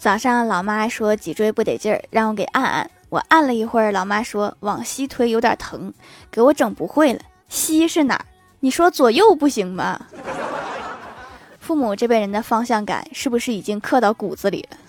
早上老妈说脊椎不得劲儿，让我给按按。我按了一会儿，老妈说往西推有点疼，给我整不会了。西是哪儿？你说左右不行吗？父母这辈人的方向感是不是已经刻到骨子里了？